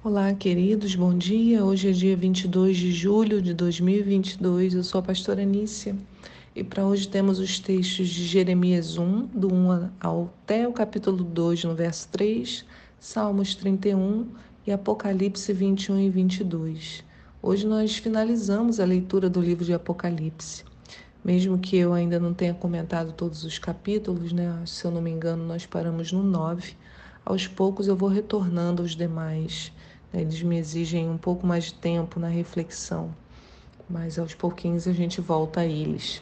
Olá, queridos, bom dia. Hoje é dia 22 de julho de 2022. Eu sou a pastora Nícia e para hoje temos os textos de Jeremias 1, do 1 até o capítulo 2, no verso 3, Salmos 31 e Apocalipse 21 e 22. Hoje nós finalizamos a leitura do livro de Apocalipse. Mesmo que eu ainda não tenha comentado todos os capítulos, né? Se eu não me engano, nós paramos no 9. Aos poucos eu vou retornando aos demais. Eles me exigem um pouco mais de tempo na reflexão, mas aos pouquinhos a gente volta a eles.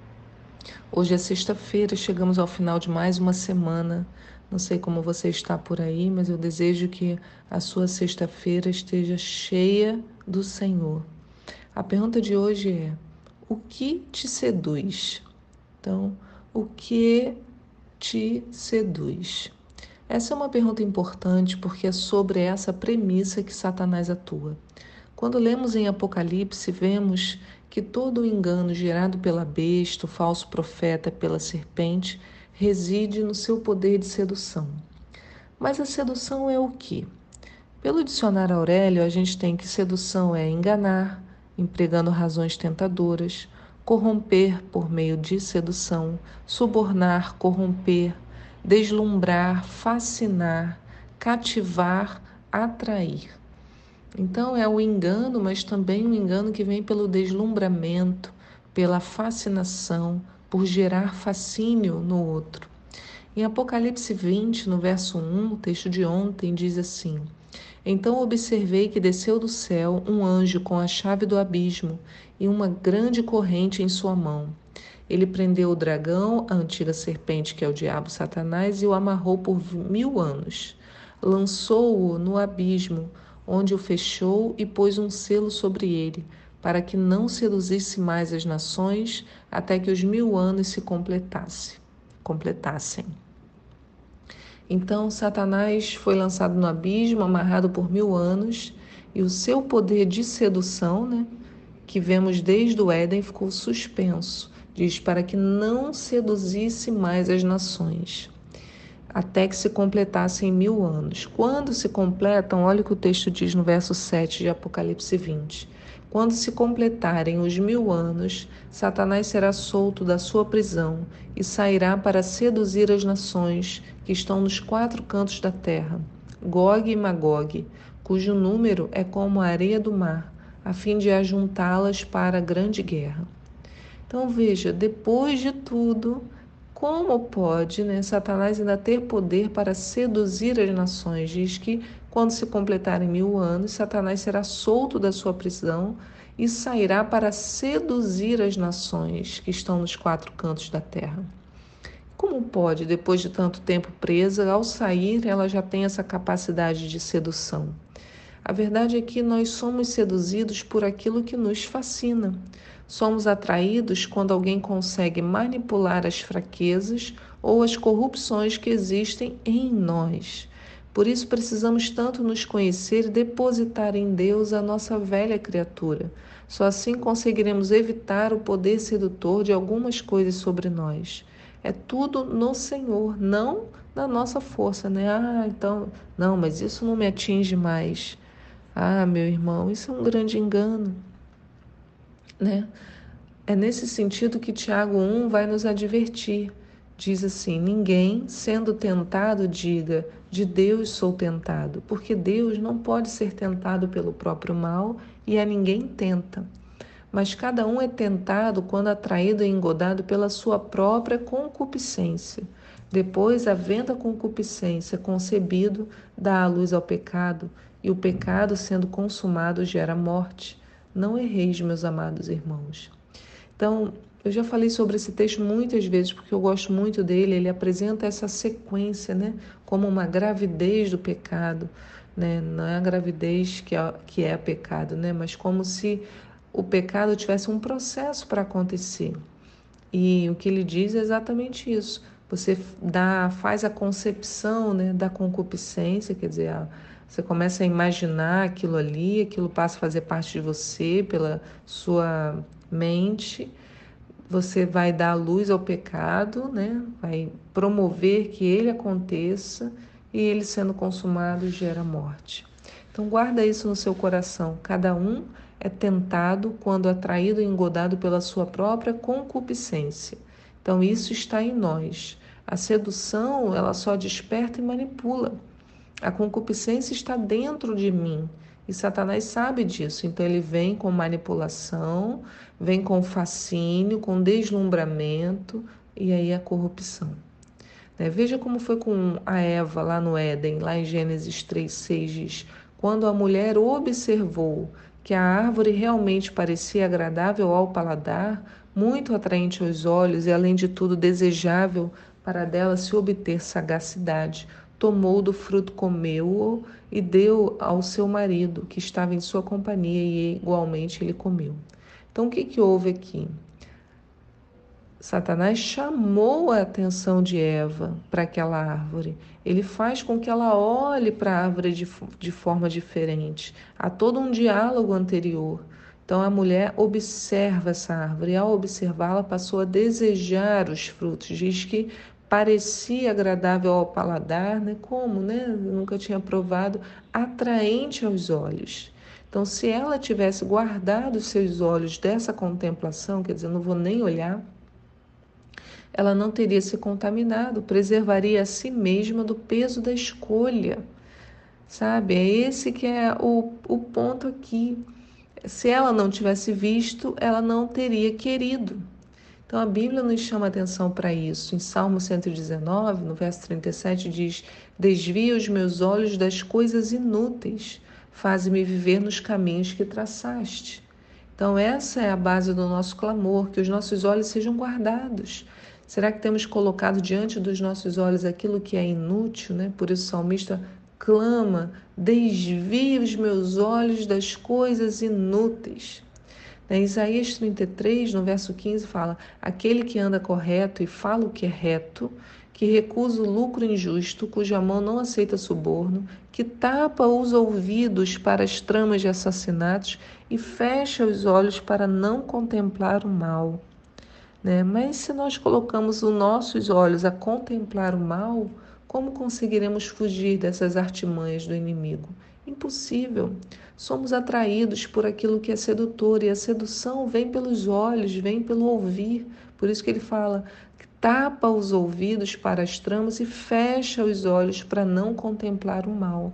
Hoje é sexta-feira, chegamos ao final de mais uma semana. Não sei como você está por aí, mas eu desejo que a sua sexta-feira esteja cheia do Senhor. A pergunta de hoje é: o que te seduz? Então, o que te seduz? Essa é uma pergunta importante porque é sobre essa premissa que Satanás atua. Quando lemos em Apocalipse, vemos que todo o engano gerado pela besta, o falso profeta, pela serpente, reside no seu poder de sedução. Mas a sedução é o quê? Pelo dicionário Aurélio, a gente tem que sedução é enganar, empregando razões tentadoras, corromper por meio de sedução, subornar, corromper, deslumbrar, fascinar, cativar, atrair. Então é o engano, mas também o engano que vem pelo deslumbramento, pela fascinação, por gerar fascínio no outro. Em Apocalipse 20, no verso 1, o texto de ontem diz assim: Então observei que desceu do céu um anjo com a chave do abismo e uma grande corrente em sua mão. Ele prendeu o dragão, a antiga serpente que é o diabo Satanás, e o amarrou por 1000 anos. Lançou-o no abismo, onde o fechou e pôs um selo sobre ele, para que não seduzisse mais as nações, até que os 1000 anos se completassem. Então, Satanás foi lançado no abismo, amarrado por 1000 anos, e o seu poder de sedução, né, que vemos desde o Éden, ficou suspenso. Diz, para que não seduzisse mais as nações, até que se completassem 1000 anos. Quando se completam, olha o que o texto diz no verso 7 de Apocalipse 20. Quando se completarem os 1000 anos, Satanás será solto da sua prisão e sairá para seduzir as nações que estão nos 4 cantos da terra, Gog e Magog, cujo número é como a areia do mar, a fim de ajuntá-las para a grande guerra. Então veja, depois de tudo, como pode, né, Satanás ainda ter poder para seduzir as nações? Diz que quando se completarem 1000 anos, Satanás será solto da sua prisão e sairá para seduzir as nações que estão nos 4 cantos da terra. Como pode, depois de tanto tempo presa, ao sair, ela já tem essa capacidade de sedução? A verdade é que nós somos seduzidos por aquilo que nos fascina. Somos atraídos quando alguém consegue manipular as fraquezas ou as corrupções que existem em nós. Por isso precisamos tanto nos conhecer e depositar em Deus a nossa velha criatura. Só assim conseguiremos evitar o poder sedutor de algumas coisas sobre nós. É tudo no Senhor, não na nossa força, né? Então, não, mas isso não me atinge mais. Meu irmão, isso é um grande engano, né? É nesse sentido que Tiago 1 vai nos advertir. Diz assim: ninguém, sendo tentado, diga, de Deus sou tentado, porque Deus não pode ser tentado pelo próprio mal e a ninguém tenta. Mas cada um é tentado quando atraído e engodado pela sua própria concupiscência. Depois, havendo a concupiscência concebido, dá a luz ao pecado, e o pecado, sendo consumado, gera morte. Não erreis, meus amados irmãos. Então, eu já falei sobre esse texto muitas vezes, porque eu gosto muito dele. Ele apresenta essa sequência, né, como uma gravidez do pecado, né? Não é a gravidez que é pecado, né, mas como se o pecado tivesse um processo para acontecer. E o que ele diz é exatamente isso. Você faz a concepção, né, da concupiscência, quer dizer, você começa a imaginar aquilo ali, aquilo passa a fazer parte de você pela sua mente. Você vai dar luz ao pecado, né? Vai promover que ele aconteça, e ele sendo consumado gera morte. Então guarda isso no seu coração. Cada um é tentado quando atraído e engodado pela sua própria concupiscência. Então isso está em nós. A sedução, ela só desperta e manipula. A concupiscência está dentro de mim. E Satanás sabe disso. Então ele vem com manipulação, vem com fascínio, com deslumbramento e aí a corrupção. Veja como foi com a Eva lá no Éden, lá em Gênesis 3:6 diz: quando a mulher observou que a árvore realmente parecia agradável ao paladar, muito atraente aos olhos e, além de tudo, desejável para dela se obter sagacidade, tomou do fruto, comeu-o e deu ao seu marido, que estava em sua companhia, e igualmente ele comeu. Então, o que houve aqui? Satanás chamou a atenção de Eva para aquela árvore. Ele faz com que ela olhe para a árvore de forma diferente. Há todo um diálogo anterior. Então a mulher observa essa árvore. E ao observá-la, passou a desejar os frutos. Diz que parecia agradável ao paladar, né? Como, né? Eu nunca tinha provado, atraente aos olhos. Então, se ela tivesse guardado os seus olhos dessa contemplação, quer dizer, não vou nem olhar, ela não teria se contaminado, preservaria a si mesma do peso da escolha, sabe? É esse que é o ponto aqui. Se ela não tivesse visto, ela não teria querido. Então a Bíblia nos chama atenção para isso. Em Salmo 119, no verso 37, diz: desvia os meus olhos das coisas inúteis, faze-me viver nos caminhos que traçaste. Então essa é a base do nosso clamor, que os nossos olhos sejam guardados. Será que temos colocado diante dos nossos olhos aquilo que é inútil, né? Por isso o salmista clama: desvia os meus olhos das coisas inúteis. Em Isaías 33, no verso 15, fala: aquele que anda correto e fala o que é reto, que recusa o lucro injusto, cuja mão não aceita suborno, que tapa os ouvidos para as tramas de assassinatos e fecha os olhos para não contemplar o mal. Mas se nós colocamos os nossos olhos a contemplar o mal, como conseguiremos fugir dessas artimanhas do inimigo? Impossível. Somos atraídos por aquilo que é sedutor, e a sedução vem pelos olhos, vem pelo ouvir. Por isso que ele fala: tapa os ouvidos para as tramas e fecha os olhos para não contemplar o mal.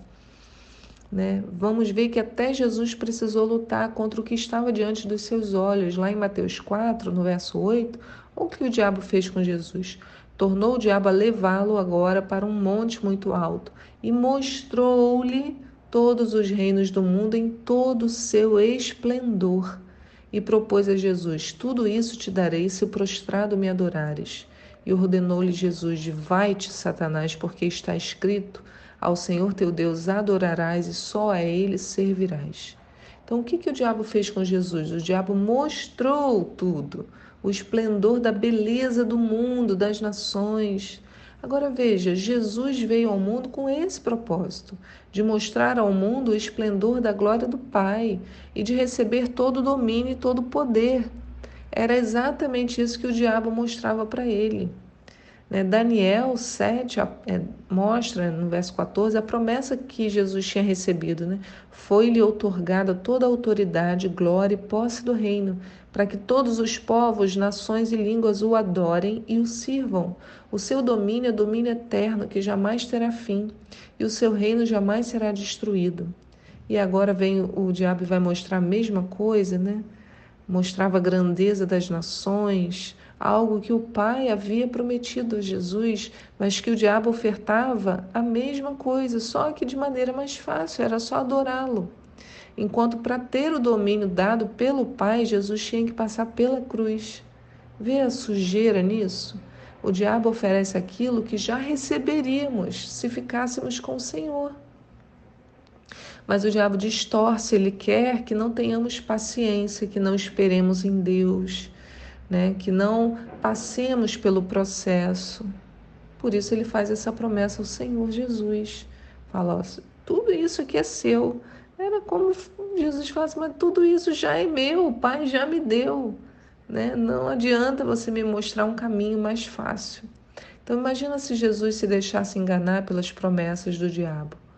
Vamos ver que até Jesus precisou lutar contra o que estava diante dos seus olhos. Lá em Mateus 4, no verso 8, o que o diabo fez com Jesus? Tornou o diabo a levá-lo agora para um monte muito alto e mostrou-lhe todos os reinos do mundo em todo o seu esplendor. E propôs a Jesus: tudo isso te darei se prostrado me adorares. E ordenou-lhe Jesus: vai-te, Satanás, porque está escrito: ao Senhor teu Deus adorarás e só a Ele servirás. Então, o que o diabo fez com Jesus? O diabo mostrou tudo, o esplendor da beleza do mundo, das nações. Agora veja, Jesus veio ao mundo com esse propósito, de mostrar ao mundo o esplendor da glória do Pai e de receber todo o domínio e todo o poder. Era exatamente isso que o diabo mostrava para ele. Daniel 7 mostra, no verso 14, a promessa que Jesus tinha recebido. Foi-lhe outorgada toda a autoridade, glória e posse do reino, para que todos os povos, nações e línguas o adorem e o sirvam. O seu domínio é domínio eterno, que jamais terá fim, e o seu reino jamais será destruído. E agora vem o diabo e vai mostrar a mesma coisa, Mostrava a grandeza das nações, algo que o Pai havia prometido a Jesus, mas que o diabo ofertava a mesma coisa, só que de maneira mais fácil, era só adorá-lo. Enquanto para ter o domínio dado pelo Pai, Jesus tinha que passar pela cruz. Vê a sujeira nisso? O diabo oferece aquilo que já receberíamos se ficássemos com o Senhor. Mas o diabo distorce, ele quer que não tenhamos paciência, que não esperemos em Deus, que não passemos pelo processo. Por isso ele faz essa promessa ao Senhor Jesus. Fala: tudo isso aqui é seu. Era como Jesus fala assim: mas tudo isso já é meu, o Pai já me deu. Não adianta você me mostrar um caminho mais fácil. Então imagina se Jesus se deixasse enganar pelas promessas do diabo.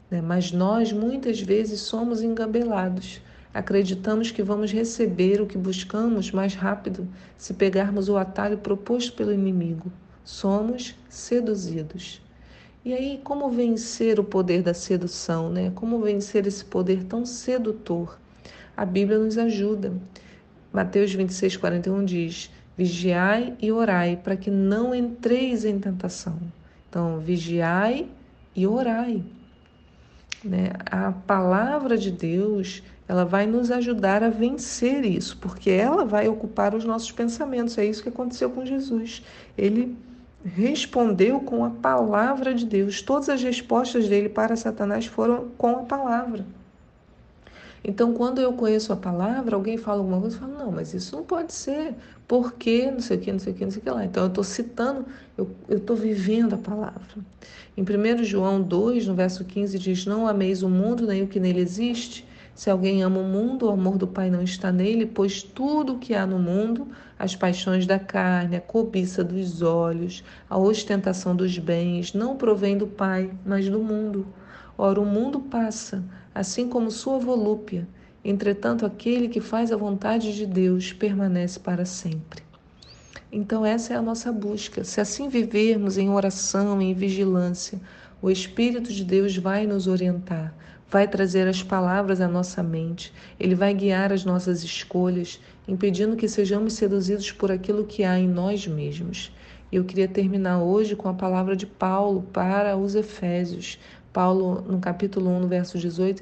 né? Mas nós muitas vezes somos engabelados. Acreditamos que vamos receber o que buscamos mais rápido se pegarmos o atalho proposto pelo inimigo. Somos seduzidos. E aí, como vencer o poder da sedução, né? Como vencer esse poder tão sedutor? A Bíblia nos ajuda. Mateus 26:41 diz: Vigiai e orai para que não entreis em tentação. Então, vigiai e orai, né? A palavra de Deus, ela vai nos ajudar a vencer isso, porque ela vai ocupar os nossos pensamentos. É isso que aconteceu com Jesus. Ele respondeu com a palavra de Deus. Todas as respostas dele para Satanás foram com a palavra. Então, quando eu conheço a palavra, alguém fala alguma coisa, eu falo, não, mas isso não pode ser, porque não sei o que, não sei o que, não sei o que lá. Então, eu estou citando, eu estou vivendo a palavra. Em 1 João 2, no verso 15, diz, não ameis o mundo, nem o que nele existe. Se alguém ama o mundo, o amor do Pai não está nele, pois tudo o que há no mundo, as paixões da carne, a cobiça dos olhos, a ostentação dos bens, não provém do Pai, mas do mundo. Ora, o mundo passa, assim como sua volúpia. Entretanto, aquele que faz a vontade de Deus permanece para sempre. Então, essa é a nossa busca. Se assim vivermos em oração, em vigilância, o Espírito de Deus vai nos orientar, vai trazer as palavras à nossa mente, ele vai guiar as nossas escolhas, impedindo que sejamos seduzidos por aquilo que há em nós mesmos. Eu queria terminar hoje com a palavra de Paulo para os Efésios. Paulo, no capítulo 1, no verso 18,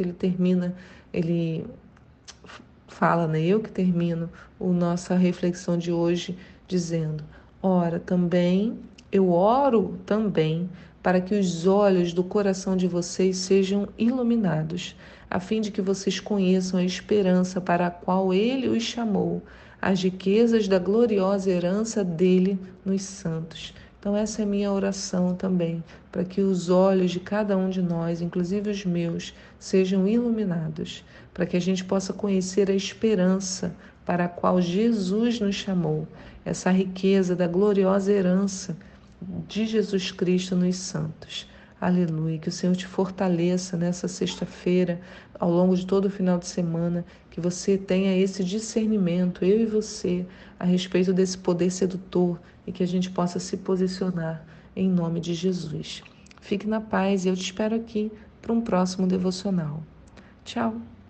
ele fala, né? Eu que termino a nossa reflexão de hoje dizendo: ora, também, eu oro também para que os olhos do coração de vocês sejam iluminados, a fim de que vocês conheçam a esperança para a qual ele os chamou, as riquezas da gloriosa herança dele nos santos. Então, essa é a minha oração também, para que os olhos de cada um de nós, inclusive os meus, sejam iluminados, para que a gente possa conhecer a esperança para a qual Jesus nos chamou, essa riqueza da gloriosa herança de Jesus Cristo nos santos. Aleluia, que o Senhor te fortaleça nessa sexta-feira, ao longo de todo o final de semana, que você tenha esse discernimento, eu e você, a respeito desse poder sedutor e que a gente possa se posicionar em nome de Jesus. Fique na paz e eu te espero aqui para um próximo devocional. Tchau!